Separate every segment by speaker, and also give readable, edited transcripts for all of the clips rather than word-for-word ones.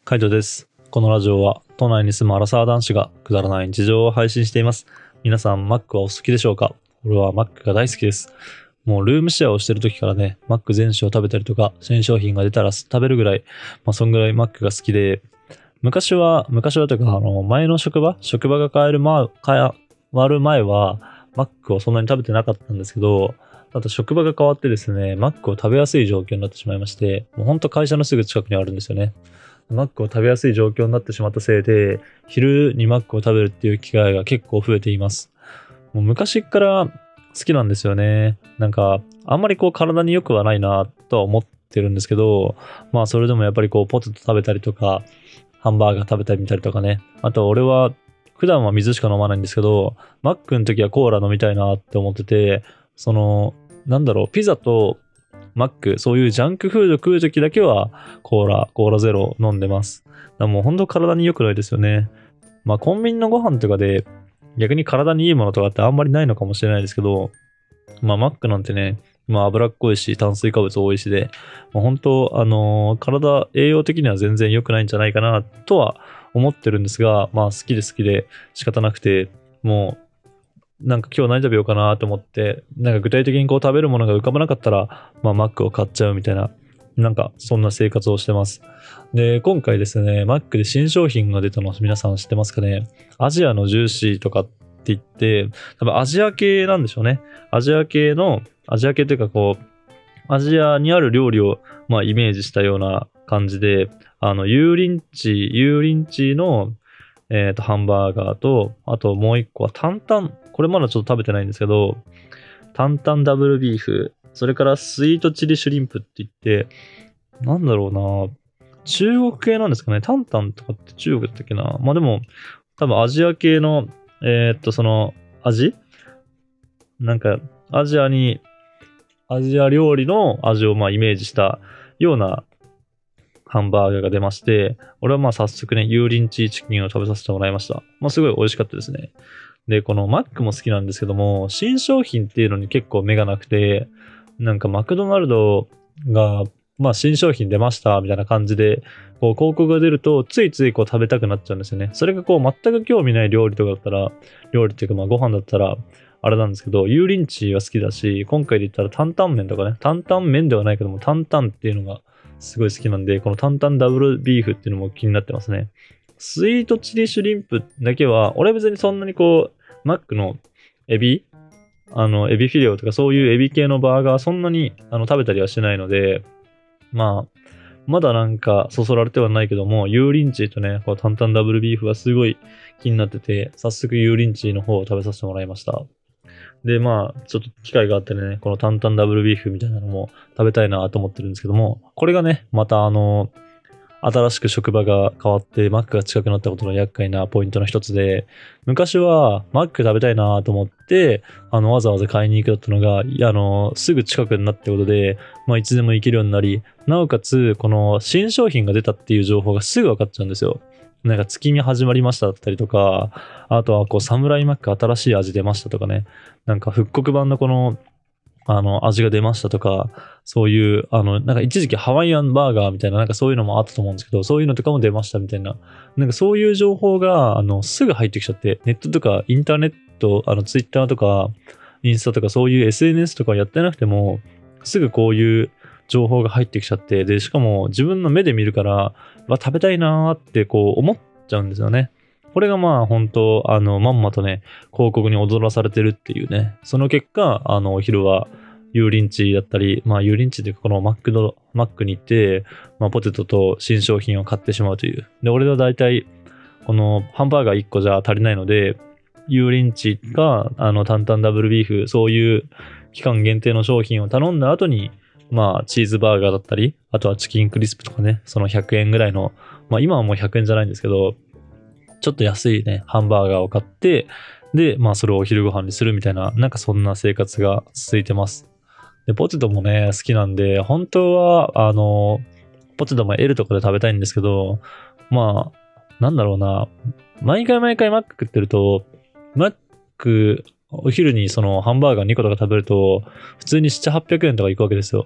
Speaker 1: カイトです。このラジオは都内に住むアラサー男子がくだらない日常を配信しています。皆さん Mac はお好きでしょうか？俺は Mac が大好きです。もうルームシェアをしてる時からね、Mac 全種を食べたりとか、新商品が出たら食べるぐらい、そんぐらい Mac が好きで、昔はというか、前の職場が変わる前は、Mac をそんなに食べてなかったんですけど、あと職場が変わってですね、Mac を食べやすい状況になってしまいまして、もうほんと会社のすぐ近くにあるんですよね。マックを食べやすい状況になってしまったせいで、昼にマックを食べるっていう機会が結構増えています。もう昔から好きなんですよね。あんまり体に良くはないなとは思ってるんですけど、それでもやっぱりポテト食べたりとか、ハンバーガー食べたりみたりとかね。あと俺は、普段は水しか飲まないんですけど、マックの時はコーラ飲みたいなって思ってて、ピザとマック、そういうジャンクフード食うときだけはコーラゼロ飲んでます。だからもうほんと体に良くないですよね。コンビニのご飯とかで逆に体にいいものとかってあんまりないのかもしれないですけど、マックなんてね、脂っこいし炭水化物多いしで、本当体栄養的には全然良くないんじゃないかなとは思ってるんですが、好きで仕方なくて、もう今日何食べようかなと思って、具体的に食べるものが浮かばなかったら、マックを買っちゃうみたいな、そんな生活をしてます。で、今回ですね、マックで新商品が出たの皆さん知ってますかね？アジアのジューシーとかって言って、多分アジア系なんでしょうね。アジア系というかアジアにある料理を、イメージしたような感じで、油淋鶏のハンバーガーと、あともう一個は担々。これまだちょっと食べてないんですけど、担々ダブルビーフ。それからスイートチリシュリンプって言って、中国系なんですかね。担々とかって中国だったっけな。でも、多分アジア系の、味アジア料理の味をイメージしたようなハンバーガーが出まして、俺は早速ね、油淋鶏チキンを食べさせてもらいました。すごい美味しかったですね。で、このマックも好きなんですけども、新商品っていうのに結構目がなくて、マクドナルドが、新商品出ましたみたいな感じで、広告が出ると、ついつい食べたくなっちゃうんですよね。それが全く興味ない料理とかだったら、料理っていうかご飯だったら、あれなんですけど、油淋鶏は好きだし、今回で言ったら担々麺とかね、担々麺ではないけども、担々っていうのがすごい好きなんで、この担々ダブルビーフっていうのも気になってますね。スイートチリシュリンプだけは、俺は別にそんなにマックのエビエビフィレオとかそういうエビ系のバーガーそんなに食べたりはしないので、まだそそられてはないけども、油淋鶏とね、担々ダブルビーフはすごい気になってて、早速油淋鶏の方を食べさせてもらいました。で、ちょっと機会があってね、この担々ダブルビーフみたいなのも食べたいなと思ってるんですけども、これがね、また新しく職場が変わってマックが近くなったことの厄介なポイントの一つで、昔はマック食べたいなと思って、わざわざ買いに行くだったのが、すぐ近くになったことで、いつでも行けるようになり、なおかつ、この新商品が出たっていう情報がすぐ分かっちゃうんですよ。月見始まりましただったりとか、あとはサムライマック新しい味出ましたとかね、復刻版の味が出ましたとか、そういう、一時期ハワイアンバーガーみたいな、そういうのもあったと思うんですけど、そういうのとかも出ましたみたいな、そういう情報が、すぐ入ってきちゃって、ネットとかインターネット、ツイッターとか、インスタとかそういう SNS とかやってなくても、すぐこういう情報が入ってきちゃって、で、しかも自分の目で見るから、食べたいなーって思っちゃうんですよね。これが本当、まんまとね、広告に踊らされてるっていうね。その結果、お昼は油淋鶏だったり、油淋鶏というかこのマックに行って、ポテトと新商品を買ってしまうという。で、俺は大体、このハンバーガー1個じゃ足りないので、油淋鶏か、担々ダブルビーフ、そういう期間限定の商品を頼んだ後に、チーズバーガーだったり、あとはチキンクリスプとかね、その100円ぐらいの、今はもう100円じゃないんですけど、ちょっと安いね、ハンバーガーを買って、で、それをお昼ご飯にするみたいな、そんな生活が続いてます。で、ポテトもね、好きなんで、本当は、ポテトも L とかで食べたいんですけど、毎回マック食ってると、マック、お昼にそのハンバーガー2個とか食べると、普通に7、800円とかいくわけですよ。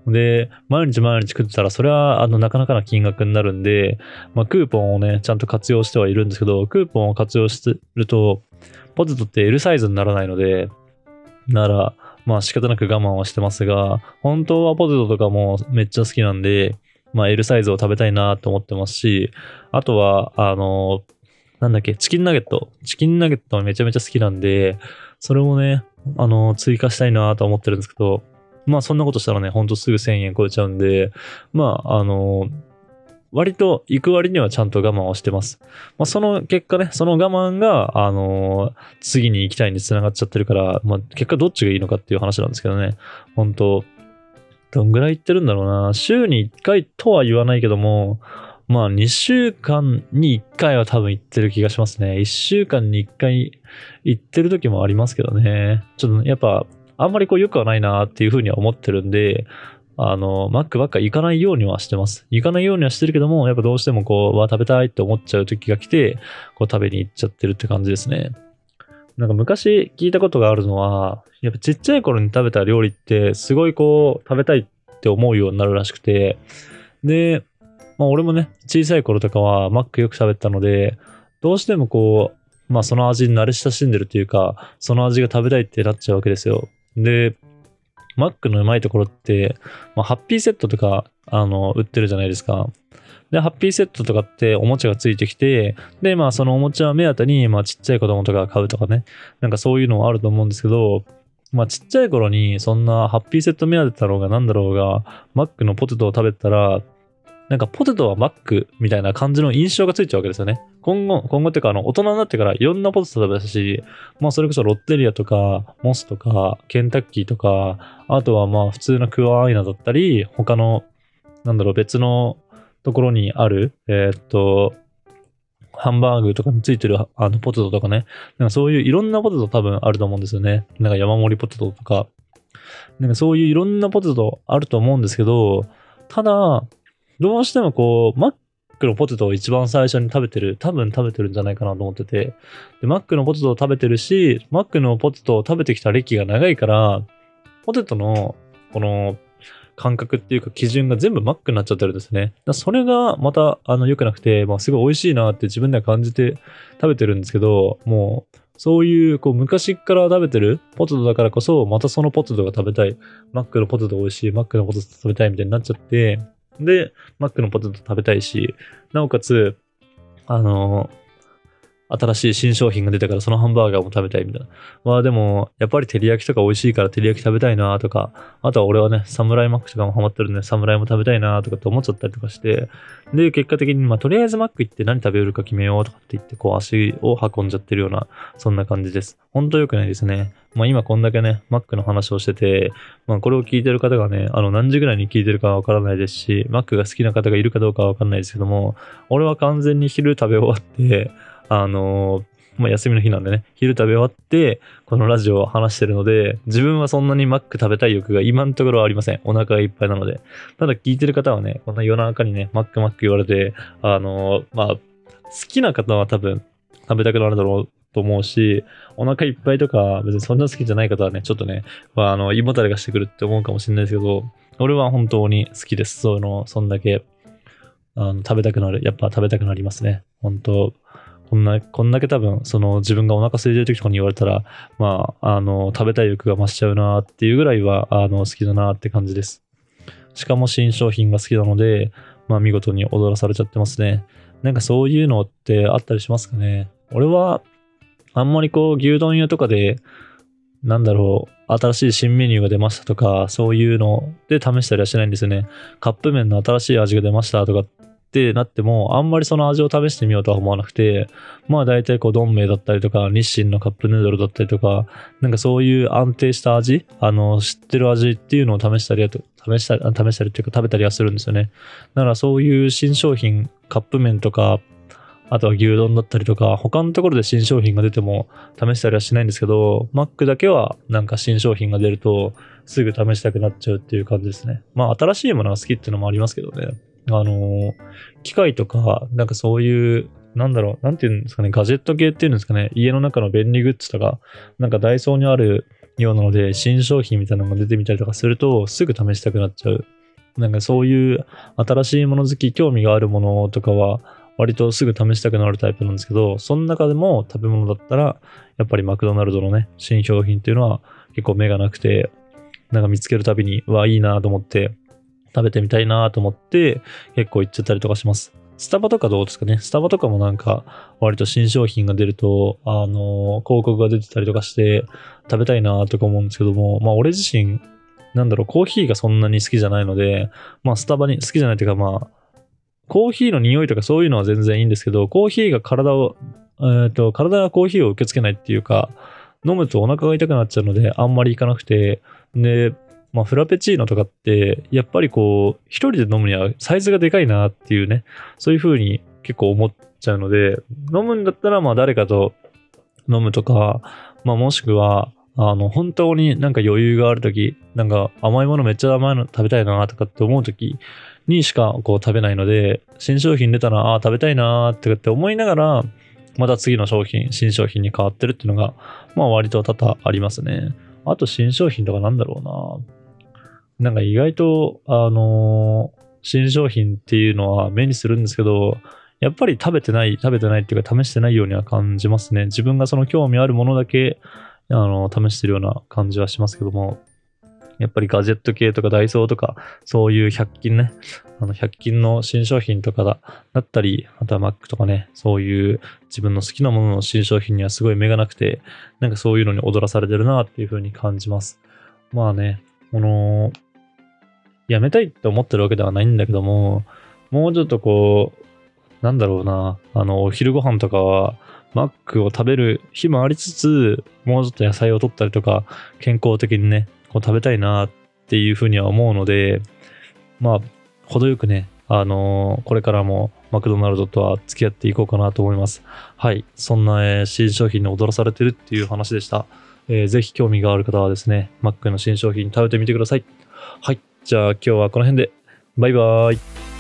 Speaker 1: で、毎日毎日食ってたら、それは、なかなかな金額になるんで、まあ、クーポンをね、ちゃんと活用してはいるんですけど、クーポンを活用してると、ポテトって L サイズにならないので、なら、まあ仕方なく我慢はしてますが、本当はポテトとかもめっちゃ好きなんで、まあ L サイズを食べたいなと思ってますし、あとは、なんだっけ、チキンナゲット。チキンナゲットはめちゃめちゃ好きなんで、それもね、追加したいなと思ってるんですけど、まあそんなことしたらね、ほんとすぐ1000円超えちゃうんで、まあ割と行く割にはちゃんと我慢をしてます。まあその結果ね、その我慢が、次に行きたいに繋がっちゃってるから、まあ結果どっちがいいのかっていう話なんですけどね、本当どんぐらい行ってるんだろうな。週に1回とは言わないけども、まあ2週間に1回は多分行ってる気がしますね。1週間に1回行ってる時もありますけどね。ちょっとやっぱあんまりこう良くはないなっていうふうには思ってるんで、マックばっか行かないようにはしてます。行かないようにはしてるけども、やっぱどうしてもこう、食べたいって思っちゃう時が来て、こう食べに行っちゃってるって感じですね。なんか昔聞いたことがあるのは、やっぱちっちゃい頃に食べた料理ってすごいこう食べたいって思うようになるらしくて、で、まあ俺もね、小さい頃とかはマックよく食べてたので、どうしてもこう、まあその味に慣れ親しんでるっていうか、その味が食べたいってなっちゃうわけですよ。で、マックのうまいところって、まあ、ハッピーセットとか、売ってるじゃないですか。で、ハッピーセットとかっておもちゃがついてきて、で、まあ、そのおもちゃ目当てに、まあ、ちっちゃい子供とかが買うとかね。なんかそういうのはあると思うんですけど、まあ、ちっちゃい頃に、そんなハッピーセット目当てだろうがなんだろうが、マックのポテトを食べたら、なんかポテトはマックみたいな感じの印象がついちゃうわけですよね。今後っていうか大人になってからいろんなポテト食べたし、まあそれこそロッテリアとか、モスとか、ケンタッキーとか、あとはまあ普通のクアアイナだったり、他の、別のところにある、ハンバーグとかについてるポテトとかね。なんかそういういろんなポテト多分あると思うんですよね。なんか山盛りポテトとか。なんかそういういろんなポテトあると思うんですけど、ただ、どうしてもこう、マックのポテトを一番最初に多分食べてるんじゃないかなと思ってて、で、マックのポテトを食べてるし、マックのポテトを食べてきた歴が長いから、ポテトの、この、感覚っていうか基準が全部マックになっちゃってるんですね。それがまた、良くなくて、まあ、すごい美味しいなって自分では感じて食べてるんですけど、もう、そういう、こう、昔から食べてるポテトだからこそ、またそのポテトが食べたい。マックのポテト美味しい。マックのポテト食べたいみたいになっちゃって、で、マックのポテト食べたいし、なおかつ、新しい新商品が出たからそのハンバーガーも食べたいみたいな。まあでも、やっぱり照り焼きとか美味しいから照り焼き食べたいなとか、あとは俺はね、サムライマックとかもハマってるんで、サムライも食べたいなとかって思っちゃったりとかして、で、結果的に、まあとりあえずマック行って何食べるか決めようとかって言って、こう足を運んじゃってるような、そんな感じです。ほんと良くないですね。まあ今こんだけね、マックの話をしてて、まあこれを聞いてる方がね、何時ぐらいに聞いてるかわからないですし、マックが好きな方がいるかどうかはわかんないですけども、俺は完全に昼食べ終わって、まあ、休みの日なんでね、昼食べ終わって、このラジオを話してるので、自分はそんなにマック食べたい欲が今のところはありません。お腹がいっぱいなので。ただ聞いてる方はね、こんな夜中にね、マック言われて、まあ、好きな方は多分食べたくなるだろうと思うし、お腹いっぱいとか、別にそんな好きじゃない方はね、ちょっとね、まあ、胃もたれがしてくるって思うかもしれないですけど、俺は本当に好きです。そんだけ、食べたくなる。やっぱ食べたくなりますね。本当こんだけ多分、自分がお腹空いてる時とかに言われたら、まあ、食べたい欲が増しちゃうなっていうぐらいは、好きだなって感じです。しかも新商品が好きなので、まあ、見事に踊らされちゃってますね。なんかそういうのってあったりしますかね。俺は、あんまりこう、牛丼屋とかで、新しい新メニューが出ましたとか、そういうので試したりはしないんですよね。カップ麺の新しい味が出ましたとかってなっても、あんまりその味を試してみようとは思わなくて、まあ大体こう、ドンメイだったりとか、日清のカップヌードルだったりとか、なんかそういう安定した味、知ってる味っていうのを試したりっていうか食べたりはするんですよね。だからそういう新商品、カップ麺とか、あとは牛丼だったりとか、他のところで新商品が出ても試したりはしないんですけど、マックだけはなんか新商品が出るとすぐ試したくなっちゃうっていう感じですね。まあ新しいものが好きっていうのもありますけどね。機械とか、なんかそういう、なんていうんですかね、ガジェット系っていうんですかね、家の中の便利グッズとか、なんかダイソーにあるようなので、新商品みたいなのが出てみたりとかすると、すぐ試したくなっちゃう。なんかそういう新しいもの好き、興味があるものとかは、割とすぐ試したくなるタイプなんですけど、その中でも食べ物だったら、やっぱりマクドナルドのね、新商品っていうのは結構目がなくて、なんか見つけるたびに、いいなと思って、食べてみたいなと思って、結構行っちゃったりとかします。スタバとかどうですかね。スタバとかもなんか、割と新商品が出ると、広告が出てたりとかして、食べたいなとか思うんですけども、俺自身、コーヒーがそんなに好きじゃないので、スタバに好きじゃないというか、コーヒーの匂いとかそういうのは全然いいんですけど、コーヒーが体がコーヒーを受け付けないっていうか、飲むとお腹が痛くなっちゃうので、あんまり行かなくて、で、フラペチーノとかって、やっぱり一人で飲むにはサイズがでかいなっていうね、そういう風に結構思っちゃうので、飲むんだったら誰かと飲むとか、もしくは、本当になんか余裕があるとき、なんか甘いものめっちゃ甘いの食べたいなとかって思うときにしか食べないので、新商品出たら、食べたいなとかって思いながら、また次の新商品に変わってるっていうのが、割と多々ありますね。あと新商品とかなんだろうな。なんか意外と、新商品っていうのは目にするんですけど、やっぱり食べてないっていうか試してないようには感じますね。自分がその興味あるものだけ、試してるような感じはしますけども、やっぱりガジェット系とかダイソーとか、そういう100均ね、100均の新商品とかだったり、あとは Mac とかね、そういう自分の好きなものの新商品にはすごい目がなくて、なんかそういうのに踊らされてるなっていう風に感じます。やめたいって思ってるわけではないんだけども、もうちょっとお昼ご飯とかは、マックを食べる日もありつつ、もうちょっと野菜を取ったりとか、健康的にね、食べたいなっていうふうには思うので、程よくね、これからもマクドナルドとは付き合っていこうかなと思います。はい。そんな、新商品に踊らされてるっていう話でした。ぜひ興味がある方はですね、マックの新商品食べてみてください。はい。じゃあ今日はこの辺で。バイバーイ。